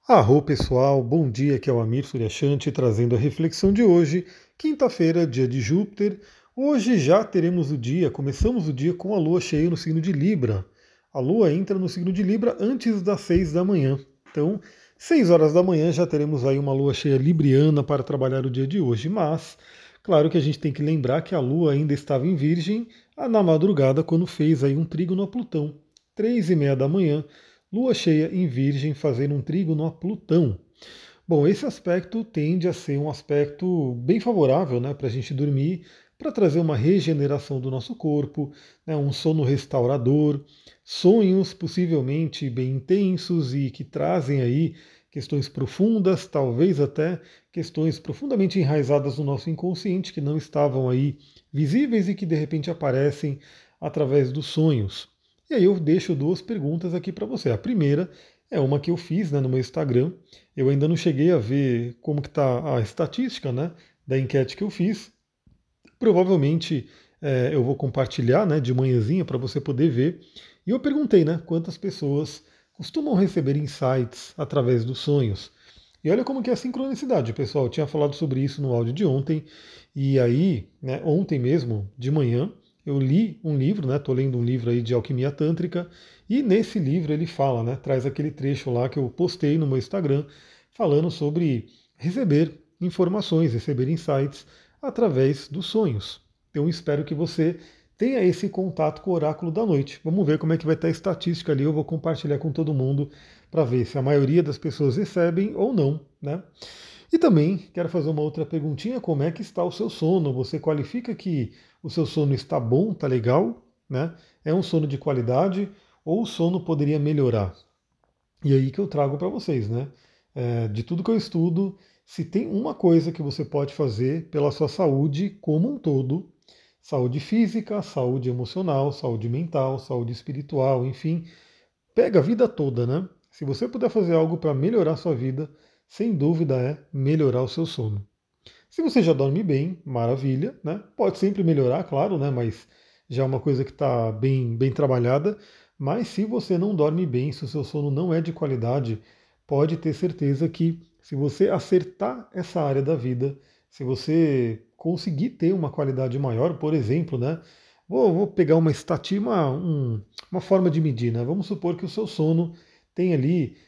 Arro pessoal, bom dia, aqui é o Amir Suryashanti trazendo a reflexão de hoje, quinta-feira, dia de Júpiter. Hoje já teremos o dia, começamos o dia com a lua cheia no signo de Libra. A lua entra no signo de Libra antes das 6 da manhã. Então, 6 horas da manhã já teremos aí uma lua cheia libriana para trabalhar o dia de hoje. Mas, claro que a gente tem que lembrar que a lua ainda estava em Virgem na madrugada quando fez aí um trígono a Plutão. 3:30 da manhã, lua cheia em Virgem fazendo um trígono a Plutão. Bom, esse aspecto tende a ser um aspecto bem favorável, né, para a gente dormir, para trazer uma regeneração do nosso corpo, né, um sono restaurador, sonhos possivelmente bem intensos e que trazem aí questões profundas, talvez até questões profundamente enraizadas no nosso inconsciente que não estavam aí visíveis e que de repente aparecem através dos sonhos. E aí eu deixo duas perguntas aqui para você. A primeira é uma que eu fiz, né, no meu Instagram. Eu ainda não cheguei a ver como que está a estatística, né, da enquete que eu fiz. Provavelmente eu vou compartilhar, né, de manhãzinha para você poder ver. E eu perguntei, né, quantas pessoas costumam receber insights através dos sonhos. E olha como que é a sincronicidade, pessoal. Eu tinha falado sobre isso no áudio de ontem. E aí, né, ontem mesmo, de manhã, eu li um livro, né? Estou lendo um livro aí de alquimia tântrica. E nesse livro ele fala, né? Traz aquele trecho lá que eu postei no meu Instagram, falando sobre receber informações, receber insights através dos sonhos. Então espero que você tenha esse contato com o oráculo da noite. Vamos ver como é que vai estar a estatística ali. Eu vou compartilhar com todo mundo para ver se a maioria das pessoas recebem ou não, né? E também quero fazer uma outra perguntinha: como é que está o seu sono? Você qualifica que o seu sono está bom, está legal, né? É um sono de qualidade ou o sono poderia melhorar? E aí que eu trago para vocês, né? De tudo que eu estudo, se tem uma coisa que você pode fazer pela sua saúde como um todo, saúde física, saúde emocional, saúde mental, saúde espiritual, enfim, pega a vida toda, né? Se você puder fazer algo para melhorar a sua vida, sem dúvida é melhorar o seu sono. Se você já dorme bem, maravilha, né? Pode sempre melhorar, claro, né? Mas já é uma coisa que está bem trabalhada. Mas se você não dorme bem, se o seu sono não é de qualidade, pode ter certeza que se você acertar essa área da vida, se você conseguir ter uma qualidade maior, por exemplo, né? Vou pegar uma estatística, uma forma de medir, né? Vamos supor que o seu sono tem ali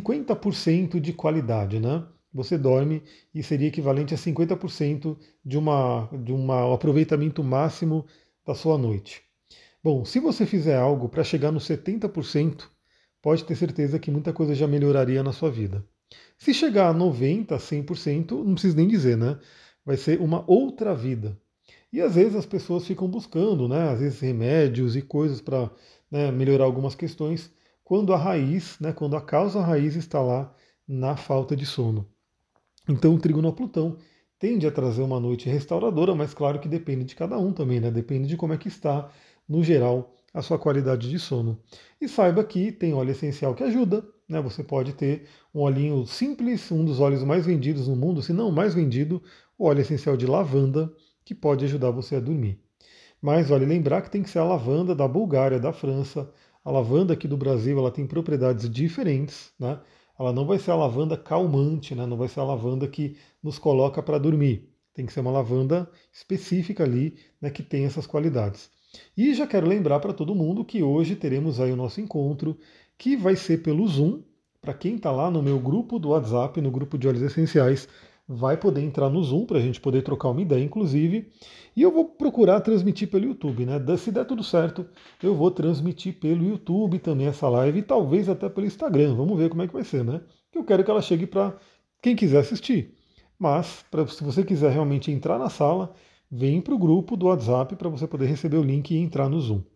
50% de qualidade, né? Você dorme e seria equivalente a 50% de um aproveitamento máximo da sua noite. Bom, se você fizer algo para chegar no 70%, pode ter certeza que muita coisa já melhoraria na sua vida. Se chegar a 90%, 100%, não preciso nem dizer, né? Vai ser uma outra vida. E às vezes as pessoas ficam buscando, né? Às vezes remédios e coisas para, né, melhorar algumas questões, quando a raiz, né, quando a causa raiz está lá na falta de sono. Então o trígono a Plutão tende a trazer uma noite restauradora, mas claro que depende de cada um também, né? Depende de como é que está, no geral, a sua qualidade de sono. E saiba que tem óleo essencial que ajuda, né? Você pode ter um olhinho simples, um dos óleos mais vendidos no mundo, se não o mais vendido, o óleo essencial de lavanda, que pode ajudar você a dormir. Mas vale lembrar que tem que ser a lavanda da Bulgária, da França. A lavanda aqui do Brasil, ela tem propriedades diferentes, né? Ela não vai ser a lavanda calmante, né? Não vai ser a lavanda que nos coloca para dormir. Tem que ser uma lavanda específica ali, né, que tem essas qualidades. E já quero lembrar para todo mundo que hoje teremos aí o nosso encontro, que vai ser pelo Zoom. Para quem está lá no meu grupo do WhatsApp, no grupo de óleos essenciais, vai poder entrar no Zoom para a gente poder trocar uma ideia, inclusive. E eu vou procurar transmitir pelo YouTube, né? Se der tudo certo, eu vou transmitir pelo YouTube também essa live e talvez até pelo Instagram. Vamos ver como é que vai ser, né? Que eu quero que ela chegue para quem quiser assistir. Mas, se você quiser realmente entrar na sala, vem para o grupo do WhatsApp para você poder receber o link e entrar no Zoom.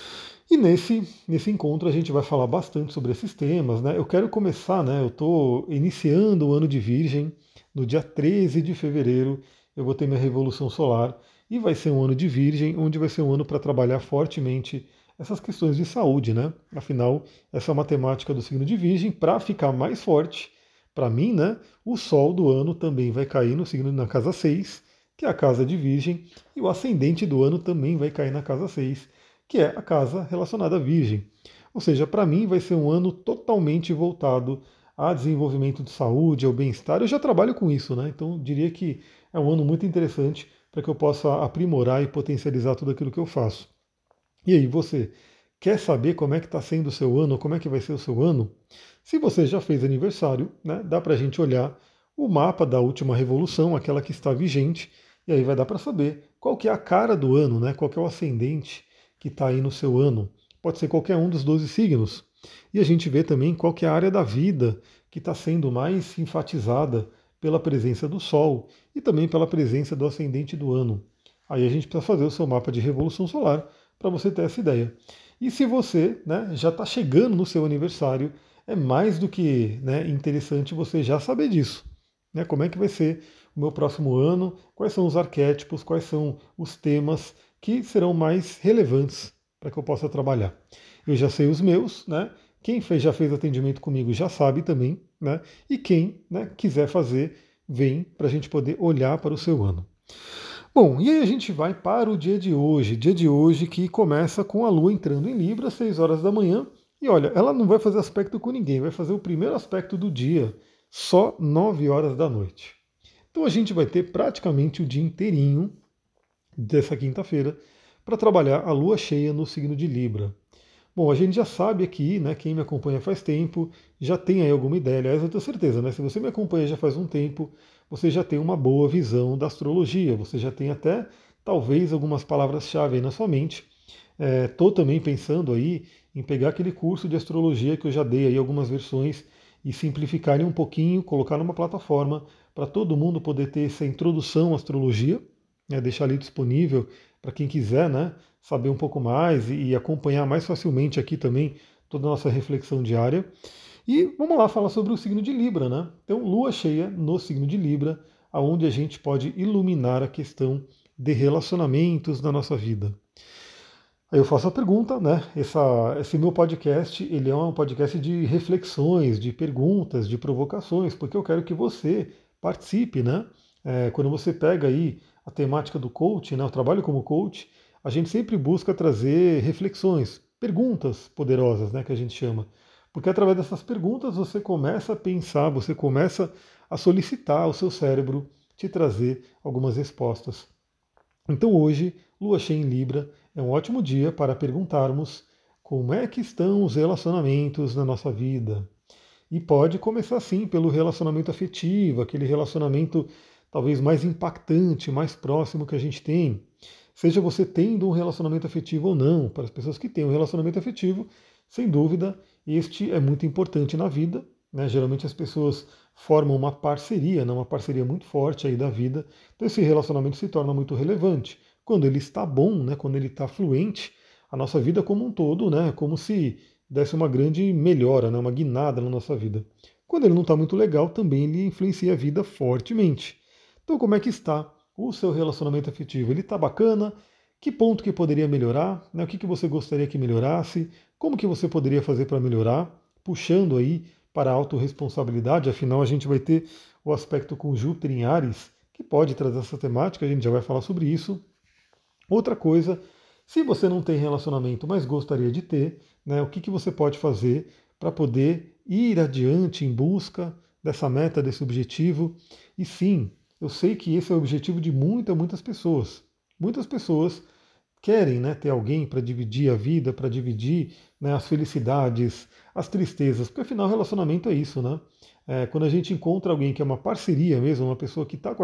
E nesse encontro a gente vai falar bastante sobre esses temas, né? Eu quero começar, né? Eu estou iniciando o ano de Virgem, no dia 13 de fevereiro eu vou ter minha Revolução Solar e vai ser um ano de Virgem, onde vai ser um ano para trabalhar fortemente essas questões de saúde, né? Afinal, essa é uma temática do signo de Virgem, para ficar mais forte, para mim, né? O Sol do ano também vai cair no signo na casa 6, que é a casa de Virgem, e o ascendente do ano também vai cair na casa 6, que é a casa relacionada à Virgem. Ou seja, para mim vai ser um ano totalmente voltado a desenvolvimento de saúde, ao bem-estar. Eu já trabalho com isso, né? Então eu diria que é um ano muito interessante para que eu possa aprimorar e potencializar tudo aquilo que eu faço. E aí, você quer saber como é que está sendo o seu ano, como é que vai ser o seu ano? Se você já fez aniversário, né, dá para a gente olhar o mapa da última revolução, aquela que está vigente, e aí vai dar para saber qual que é a cara do ano, né, qual que é o ascendente que está aí no seu ano. Pode ser qualquer um dos 12 signos. E a gente vê também qual que é a área da vida que está sendo mais enfatizada pela presença do Sol e também pela presença do ascendente do ano. Aí a gente precisa fazer o seu mapa de revolução solar para você ter essa ideia. E se você, né, já está chegando no seu aniversário, é mais do que, né, interessante você já saber disso. Né, como é que vai ser o meu próximo ano, quais são os arquétipos, quais são os temas que serão mais relevantes para que eu possa trabalhar. Eu já sei os meus, né? Quem já fez atendimento comigo já sabe também, né? E quem, né, quiser fazer, vem para a gente poder olhar para o seu ano. Bom, e aí a gente vai para o dia de hoje que começa com a Lua entrando em Libra às 6 horas da manhã. E olha, ela não vai fazer aspecto com ninguém, vai fazer o primeiro aspecto do dia, só 9 horas da noite. Então a gente vai ter praticamente o dia inteirinho dessa quinta-feira para trabalhar a Lua cheia no signo de Libra. Bom, a gente já sabe aqui, né, quem me acompanha faz tempo, já tem aí alguma ideia, aliás, eu tenho certeza, né, se você me acompanha já faz um tempo, você já tem uma boa visão da astrologia, você já tem até, talvez, algumas palavras-chave aí na sua mente. Estou também pensando aí em pegar aquele curso de astrologia que eu já dei aí algumas versões e simplificar ele um pouquinho, colocar numa plataforma para todo mundo poder ter essa introdução à astrologia, né, deixar ali disponível para quem quiser, né, saber um pouco mais e acompanhar mais facilmente aqui também toda a nossa reflexão diária. E vamos lá falar sobre o signo de Libra, né? Então, lua cheia no signo de Libra, aonde a gente pode iluminar a questão de relacionamentos na nossa vida. Aí eu faço a pergunta, né? Esse meu podcast, ele é um podcast de reflexões, de perguntas, de provocações, porque eu quero que você participe, né? Quando você pega aí a temática do coach, né? Eu trabalho como coach, a gente sempre busca trazer reflexões, perguntas poderosas, né? Que a gente chama. Porque através dessas perguntas você começa a pensar, você começa a solicitar ao seu cérebro te trazer algumas respostas. Então hoje, lua cheia em Libra, é um ótimo dia para perguntarmos como é que estão os relacionamentos na nossa vida. E pode começar sim pelo relacionamento afetivo, aquele relacionamento talvez mais impactante, mais próximo que a gente tem. Seja você tendo um relacionamento afetivo ou não, para as pessoas que têm um relacionamento afetivo, sem dúvida, este é muito importante na vida. Né? Geralmente as pessoas formam uma parceria, né? Uma parceria muito forte aí da vida. Então esse relacionamento se torna muito relevante. Quando ele está bom, né? Quando ele está fluente, a nossa vida como um todo, né? É como se desse uma grande melhora, né? Uma guinada na nossa vida. Quando ele não está muito legal, também ele influencia a vida fortemente. Então como é que está o seu relacionamento afetivo? Ele está bacana? Que ponto que poderia melhorar? Né? O que você gostaria que melhorasse? Como que você poderia fazer para melhorar? Puxando aí para a autorresponsabilidade, afinal a gente vai ter o aspecto com Júpiter em Áries, que pode trazer essa temática, a gente já vai falar sobre isso. Outra coisa, se você não tem relacionamento, mas gostaria de ter, né, o que você pode fazer para poder ir adiante em busca dessa meta, desse objetivo? E sim, eu sei que esse é o objetivo de muitas pessoas. Muitas pessoas querem, né, ter alguém para dividir a vida, para dividir, né, as felicidades, as tristezas, porque afinal relacionamento é isso, né? Quando a gente encontra alguém que é uma parceria mesmo, uma pessoa que está com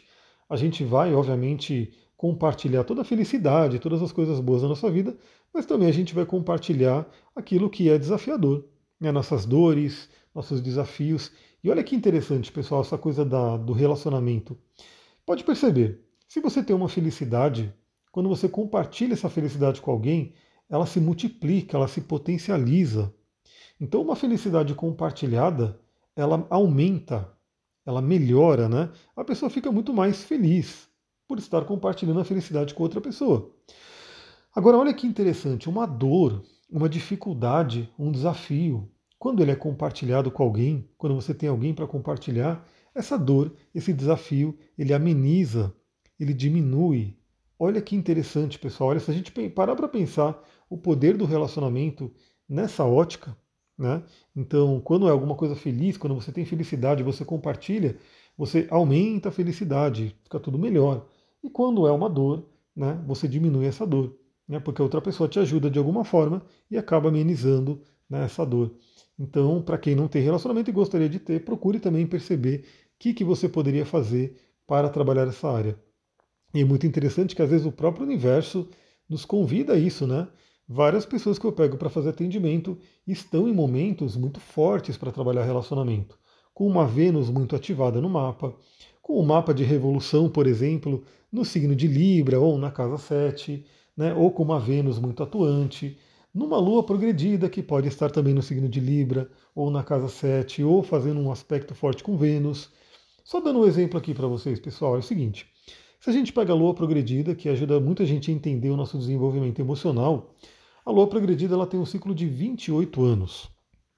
a gente vai, obviamente, compartilhar toda a felicidade, todas as coisas boas da nossa vida, mas também a gente vai compartilhar aquilo que é desafiador, né, nossas dores, nossos desafios. E olha que interessante, pessoal, essa coisa do relacionamento. Pode perceber, se você tem uma felicidade, quando você compartilha essa felicidade com alguém, ela se multiplica, ela se potencializa. Então, uma felicidade compartilhada, ela aumenta, ela melhora, né? A pessoa fica muito mais feliz por estar compartilhando a felicidade com outra pessoa. Agora, olha que interessante, uma dor, uma dificuldade, um desafio, quando ele é compartilhado com alguém, quando você tem alguém para compartilhar, essa dor, esse desafio, ele ameniza, ele diminui. Olha que interessante, pessoal. Olha, se a gente parar para pensar o poder do relacionamento nessa ótica, né? Então, quando é alguma coisa feliz, quando você tem felicidade, você compartilha, você aumenta a felicidade, fica tudo melhor. E quando é uma dor, né, você diminui essa dor, né? Porque a outra pessoa te ajuda de alguma forma e acaba amenizando, né, essa dor. Então, para quem não tem relacionamento e gostaria de ter, procure também perceber o que você poderia fazer para trabalhar essa área. E é muito interessante que às vezes o próprio universo nos convida a isso, né? Várias pessoas que eu pego para fazer atendimento estão em momentos muito fortes para trabalhar relacionamento, com uma Vênus muito ativada no mapa, com o mapa de revolução, por exemplo, no signo de Libra ou na casa 7, né? Ou com uma Vênus muito atuante, numa Lua progredida que pode estar também no signo de Libra ou na casa 7, ou fazendo um aspecto forte com Vênus. Só dando um exemplo aqui para vocês, pessoal, é o seguinte. Se a gente pega a Lua progredida, que ajuda muita gente a entender o nosso desenvolvimento emocional, a Lua progredida ela tem um ciclo de 28 anos.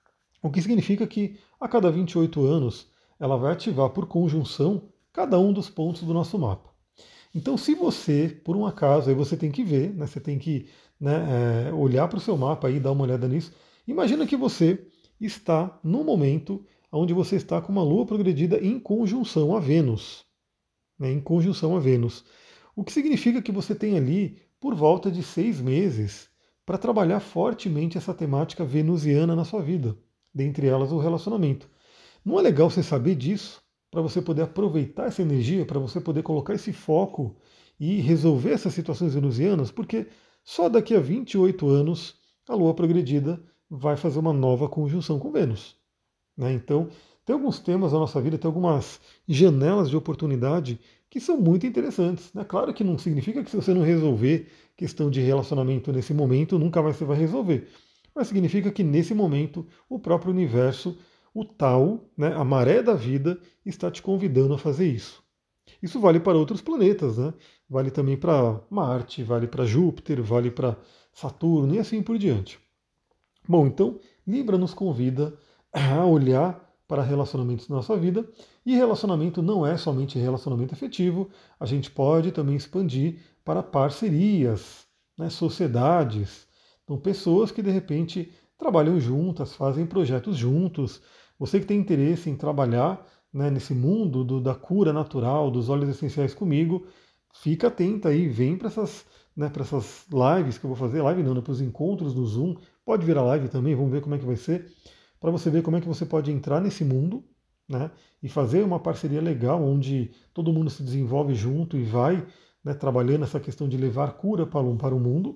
O que significa que a cada 28 anos ela vai ativar por conjunção cada um dos pontos do nosso mapa. Então, se você, por um acaso, aí você tem que ver, né, você tem que, né, olhar para o seu mapa e dar uma olhada nisso. Imagina que você está no momento onde você está com uma Lua progredida em conjunção a Vênus, né, em conjunção a Vênus. O que significa que você tem ali por volta de 6 meses para trabalhar fortemente essa temática venusiana na sua vida, dentre elas o relacionamento. Não é legal você saber disso para você poder aproveitar essa energia, para você poder colocar esse foco e resolver essas situações venusianas, porque só daqui a 28 anos a Lua progredida vai fazer uma nova conjunção com Vênus, né? Então, tem alguns temas da nossa vida, tem algumas janelas de oportunidade que são muito interessantes, né? Claro que não significa que se você não resolver questão de relacionamento nesse momento, nunca mais você vai resolver. Mas significa que nesse momento o próprio universo, o tal, né, a maré da vida, está te convidando a fazer isso. Isso vale para outros planetas, né? Vale também para Marte, vale para Júpiter, vale para Saturno e assim por diante. Bom, então Libra nos convida a olhar para relacionamentos na nossa vida, e relacionamento não é somente relacionamento afetivo, a gente pode também expandir para parcerias, né, sociedades, então pessoas que de repente trabalham juntas, fazem projetos juntos. Você que tem interesse em trabalhar, né, nesse mundo da cura natural, dos óleos essenciais comigo, fica atenta aí, vem para essas, né, para essas lives que eu vou fazer, live não, né, para os encontros do Zoom, pode virar live também, vamos ver como é que vai ser, para você ver como é que você pode entrar nesse mundo, né, e fazer uma parceria legal, onde todo mundo se desenvolve junto e vai, né, trabalhando essa questão de levar cura para o mundo.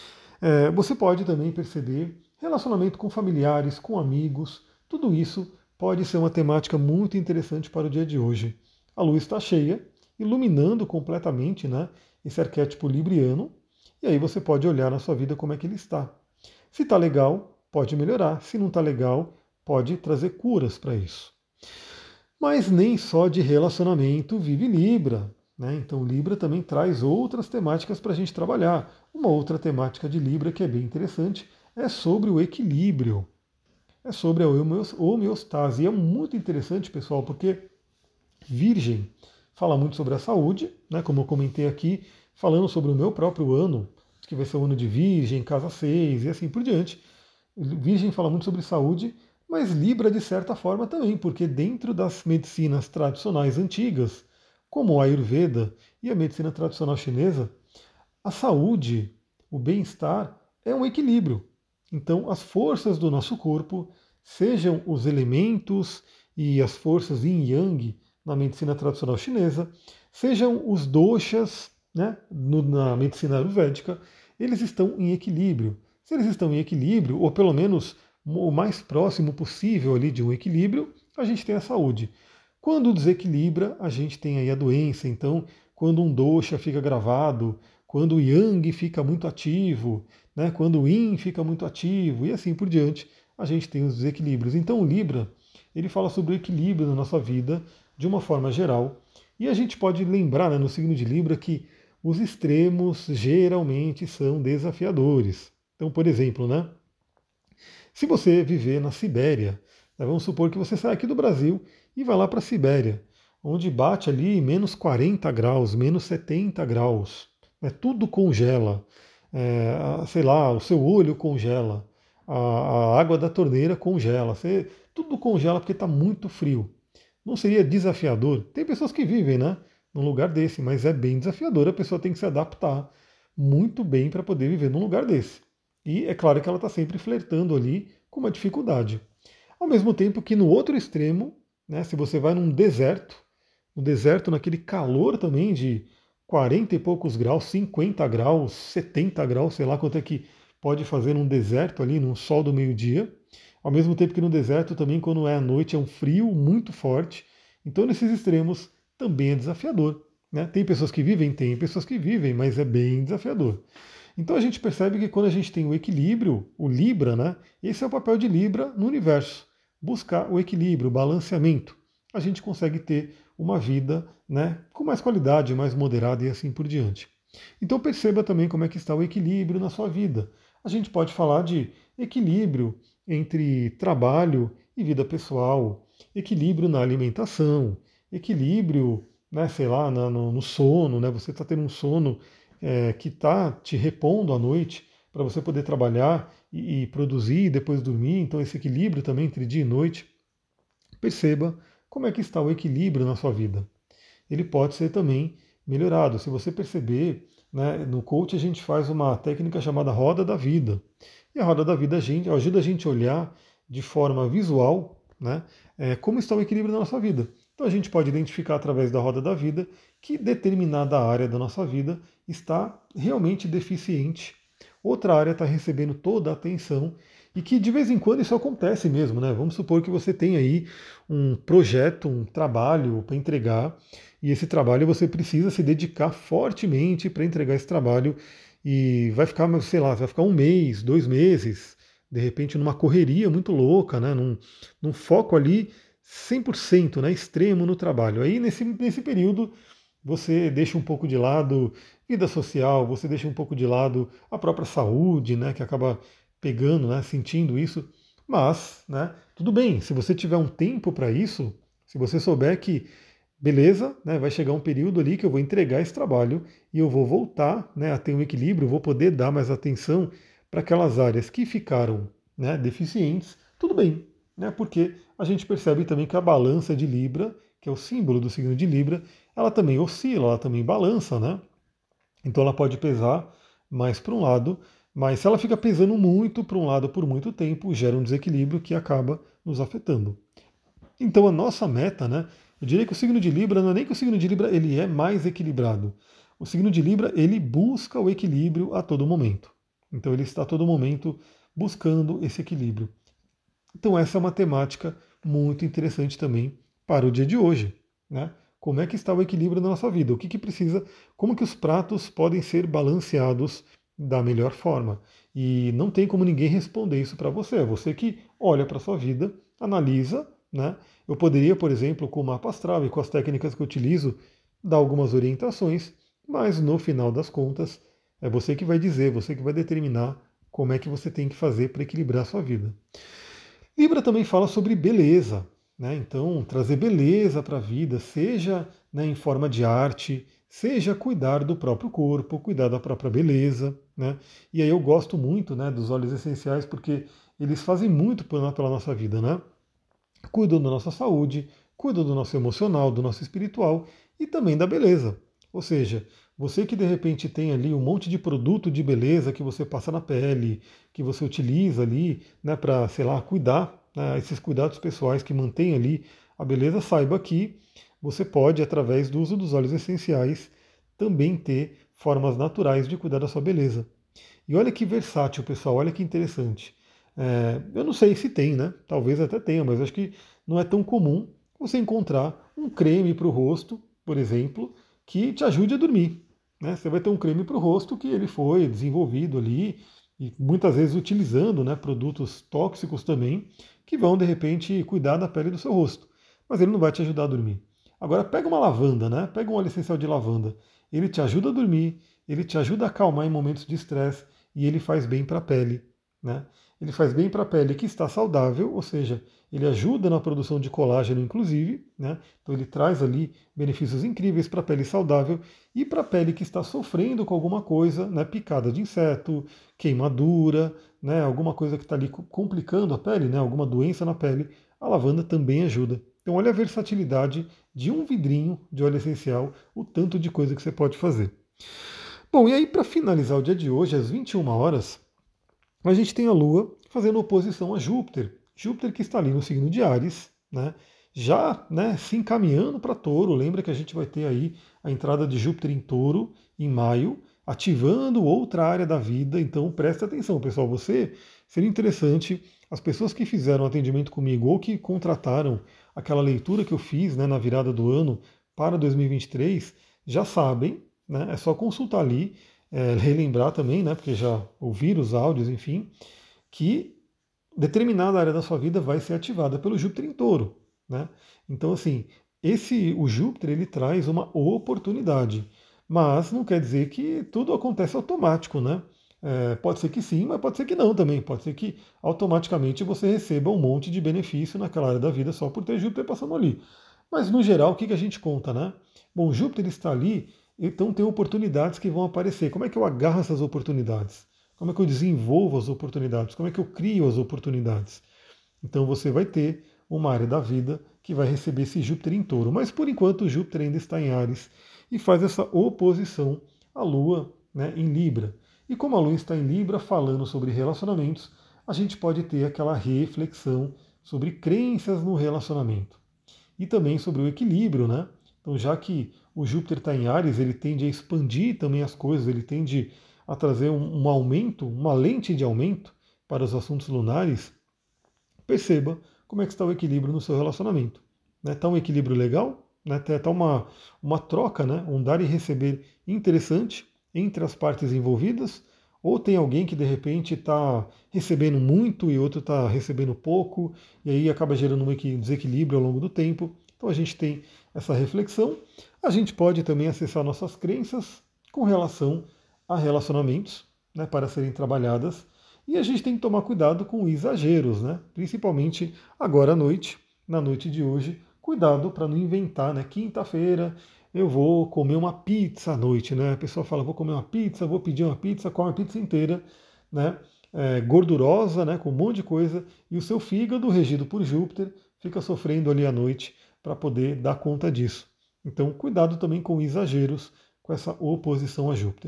Você pode também perceber relacionamento com familiares, com amigos, tudo isso pode ser uma temática muito interessante para o dia de hoje. A lua está cheia, iluminando completamente, né, esse arquétipo libriano, e aí você pode olhar na sua vida como é que ele está. Se está legal, pode melhorar. Se não está legal, pode trazer curas para isso. Mas nem só de relacionamento vive Libra, né? Então Libra também traz outras temáticas para a gente trabalhar. Uma outra temática de Libra que é bem interessante é sobre o equilíbrio, é sobre a homeostase. E é muito interessante, pessoal, porque Virgem fala muito sobre a saúde, né? Como eu comentei aqui, falando sobre o meu próprio ano, que vai ser o ano de Virgem, casa 6 e assim por diante. Virgem fala muito sobre saúde, mas Libra de certa forma também, porque dentro das medicinas tradicionais antigas, como a Ayurveda e a medicina tradicional chinesa, a saúde, o bem-estar é um equilíbrio. Então, as forças do nosso corpo, sejam os elementos e as forças yin yang na medicina tradicional chinesa, sejam os doshas, né, na medicina ayurvédica, eles estão em equilíbrio. Se eles estão em equilíbrio, ou pelo menos o mais próximo possível ali de um equilíbrio, a gente tem a saúde. Quando desequilibra, a gente tem aí a doença. Então, quando um dosha fica gravado, quando o yang fica muito ativo, né, quando o yin fica muito ativo e assim por diante, a gente tem os desequilíbrios. Então, o Libra, ele fala sobre o equilíbrio na nossa vida de uma forma geral. E a gente pode lembrar, né, no signo de Libra que os extremos geralmente são desafiadores. Então, por exemplo, né, se você viver na Sibéria, né, vamos supor que você sai aqui do Brasil e vai lá para a Sibéria, onde bate ali menos 40 graus, menos 70 graus, né, tudo congela, sei lá, o seu olho congela, a água da torneira congela, tudo congela porque está muito frio. Não seria desafiador? Tem pessoas que vivem, né, num lugar desse, mas é bem desafiador, a pessoa tem que se adaptar muito bem para poder viver num lugar desse. E é claro que ela está sempre flertando ali com uma dificuldade. Ao mesmo tempo que no outro extremo, né, se você vai num deserto, no deserto naquele calor também de 40 e poucos graus, 50 graus, 70 graus, sei lá quanto é que pode fazer num deserto ali, num sol do meio-dia. Ao mesmo tempo que no deserto também, quando é à noite, é um frio muito forte. Então, nesses extremos, também é desafiador. Né? Tem pessoas que vivem? Tem pessoas que vivem, mas é bem desafiador. Então a gente percebe que quando a gente tem o equilíbrio, o Libra, né? Esse é o papel de Libra no universo. Buscar o equilíbrio, o balanceamento. A gente consegue ter uma vida, né, com mais qualidade, mais moderada e assim por diante. Então perceba também como é que está o equilíbrio na sua vida. A gente pode falar de equilíbrio entre trabalho e vida pessoal, equilíbrio na alimentação, equilíbrio, né, sei lá, no sono, né, você está tendo um sono que está te repondo à noite para você poder trabalhar e produzir e depois dormir, então esse equilíbrio também entre dia e noite. Perceba como é que está o equilíbrio na sua vida. Ele pode ser também melhorado. Se você perceber, né, no coach a gente faz uma técnica chamada roda da vida. E a roda da vida ajuda a gente a olhar de forma visual, né, como está o equilíbrio na nossa vida. Então a gente pode identificar através da roda da vida que determinada área da nossa vida está realmente deficiente. Outra área está recebendo toda a atenção e que de vez em quando isso acontece mesmo, né? Vamos supor que você tem aí um projeto, um trabalho para entregar, e esse trabalho você precisa se dedicar fortemente para entregar esse trabalho e vai ficar, sei lá, vai ficar um mês, 2 meses, de repente numa correria muito louca, né? Num foco ali 100%, né, extremo no trabalho. Aí nesse período você deixa um pouco de lado vida social, você deixa um pouco de lado a própria saúde, né, que acaba pegando, né, sentindo isso. Mas, né, tudo bem, se você tiver um tempo para isso, se você souber que, beleza, né, vai chegar um período ali que eu vou entregar esse trabalho e eu vou voltar, né, a ter um equilíbrio, vou poder dar mais atenção para aquelas áreas que ficaram, né, deficientes, tudo bem, né, porque a gente percebe também que a balança de Libra, que é o símbolo do signo de Libra, ela também oscila, ela também balança, né? Então ela pode pesar mais para um lado, mas se ela fica pesando muito para um lado por muito tempo, gera um desequilíbrio que acaba nos afetando. Então a nossa meta, né? Eu diria que o signo de Libra não é nem que o signo de Libra ele é mais equilibrado. O signo de Libra ele busca o equilíbrio a todo momento. Então ele está a todo momento buscando esse equilíbrio. Então essa é uma temática muito interessante também para o dia de hoje, né? Como é que está o equilíbrio na nossa vida? O que precisa? Como que os pratos podem ser balanceados da melhor forma? E não tem como ninguém responder isso para você. É você que olha para a sua vida, analisa, né? Eu poderia, por exemplo, com o mapa astral e com as técnicas que eu utilizo, dar algumas orientações, mas no final das contas é você que vai dizer, você que vai determinar como é que você tem que fazer para equilibrar a sua vida. Libra também fala sobre beleza, né? Então, trazer beleza para a vida, seja, né, em forma de arte, seja cuidar do próprio corpo, cuidar da própria beleza, né? E aí eu gosto muito, né, dos óleos essenciais porque eles fazem muito pela nossa vida, né? Cuidam da nossa saúde, cuidam do nosso emocional, do nosso espiritual e também da beleza. Ou seja, você que de repente tem ali um monte de produto de beleza que você passa na pele, que você utiliza ali, né, para, sei lá, cuidar, né, esses cuidados pessoais que mantêm ali a beleza, saiba que você pode, através do uso dos óleos essenciais, também ter formas naturais de cuidar da sua beleza. E olha que versátil, pessoal, olha que interessante. Eu não sei se tem, né? Talvez até tenha, mas acho que não é tão comum você encontrar um creme para o rosto, por exemplo, que te ajude a dormir. Né? Você vai ter um creme para o rosto que ele foi desenvolvido ali, e muitas vezes utilizando, né, produtos tóxicos também, que vão de repente cuidar da pele do seu rosto. Mas ele não vai te ajudar a dormir. Agora pega uma lavanda, né? Pega um óleo essencial de lavanda. Ele te ajuda a dormir, ele te ajuda a acalmar em momentos de estresse e ele faz bem para a pele. Né? ele faz bem para a pele que está saudável, ou seja, ele ajuda na produção de colágeno, inclusive, né? Então ele traz ali benefícios incríveis para a pele saudável e para a pele que está sofrendo com alguma coisa, né? Picada de inseto, queimadura, né? Alguma coisa que está ali complicando a pele, né? Alguma doença na pele, a lavanda também ajuda. Então olha a versatilidade de um vidrinho de óleo essencial, o tanto de coisa que você pode fazer. Bom, e aí para finalizar o dia de hoje, às 21 horas, a gente tem a Lua fazendo oposição a Júpiter. Júpiter que está ali no signo de Áries, né? Já, né, se encaminhando para Touro. Lembra que a gente vai ter aí a entrada de Júpiter em Touro em maio, ativando outra área da vida. Então preste atenção, pessoal. Seria interessante, as pessoas que fizeram atendimento comigo ou que contrataram aquela leitura que eu fiz, né, na virada do ano para 2023, já sabem, né? É só consultar ali, relembrar também, né, porque já ouviram os áudios, enfim, que determinada área da sua vida vai ser ativada pelo Júpiter em Touro, né? Então, assim, o Júpiter ele traz uma oportunidade, mas não quer dizer que tudo acontece automático, né? Pode ser que sim, mas pode ser que não também. Pode ser que automaticamente você receba um monte de benefício naquela área da vida só por ter Júpiter passando ali. Mas no geral, o que a gente conta, né? Bom, Júpiter está ali, então tem oportunidades que vão aparecer. Como é que eu agarro essas oportunidades? Como é que eu desenvolvo as oportunidades? Como é que eu crio as oportunidades? Então você vai ter uma área da vida que vai receber esse Júpiter em Touro. Mas por enquanto o Júpiter ainda está em Áries e faz essa oposição à Lua, né, em Libra. E como a Lua está em Libra, falando sobre relacionamentos, a gente pode ter aquela reflexão sobre crenças no relacionamento. E também sobre o equilíbrio, né? Então, já que o Júpiter está em Áries, ele tende a expandir também as coisas, ele tende a trazer um aumento, uma lente de aumento para os assuntos lunares. Perceba como é que está o equilíbrio no seu relacionamento. Está um equilíbrio legal? Está uma troca, né? Um dar e receber interessante entre as partes envolvidas? Ou tem alguém que de repente está recebendo muito e outro está recebendo pouco, e aí acaba gerando um desequilíbrio ao longo do tempo. Então a gente tem essa reflexão. A gente pode também acessar nossas crenças com relação a relacionamentos, né, para serem trabalhadas. E a gente tem que tomar cuidado com exageros, né? Principalmente agora à noite, na noite de hoje. Cuidado para não inventar, né? Quinta-feira eu vou comer uma pizza à noite, né? A pessoa fala, vou comer uma pizza, vou pedir uma pizza, come a pizza inteira, né? Gordurosa, né? Com um monte de coisa. E o seu fígado, regido por Júpiter, fica sofrendo ali à noite para poder dar conta disso. Então, cuidado também com exageros, com essa oposição a Júpiter.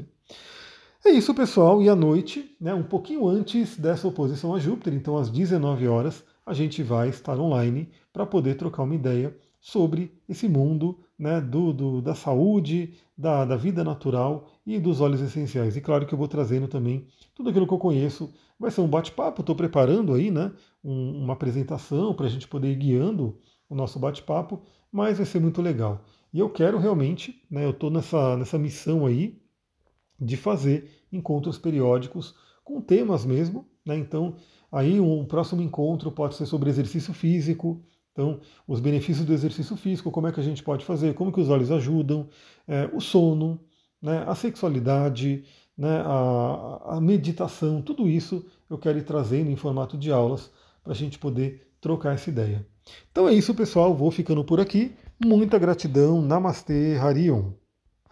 É isso, pessoal. E à noite, né, um pouquinho antes dessa oposição a Júpiter, então às 19 horas, a gente vai estar online para poder trocar uma ideia sobre esse mundo, né, da saúde, da vida natural e dos óleos essenciais. E claro que eu vou trazendo também tudo aquilo que eu conheço. Vai ser um bate-papo, estou preparando aí, né, uma apresentação para a gente poder ir guiando o nosso bate-papo, mas vai ser muito legal. E eu quero realmente, né, eu estou nessa missão aí, de fazer encontros periódicos com temas mesmo, né? Então, aí um próximo encontro pode ser sobre exercício físico. Então, os benefícios do exercício físico, como é que a gente pode fazer, como que os olhos ajudam, o sono, né, a sexualidade, né, a meditação, tudo isso eu quero ir trazendo em formato de aulas para a gente poder trocar essa ideia. Então é isso, pessoal. Vou ficando por aqui. Muita gratidão. Namastê, Harion.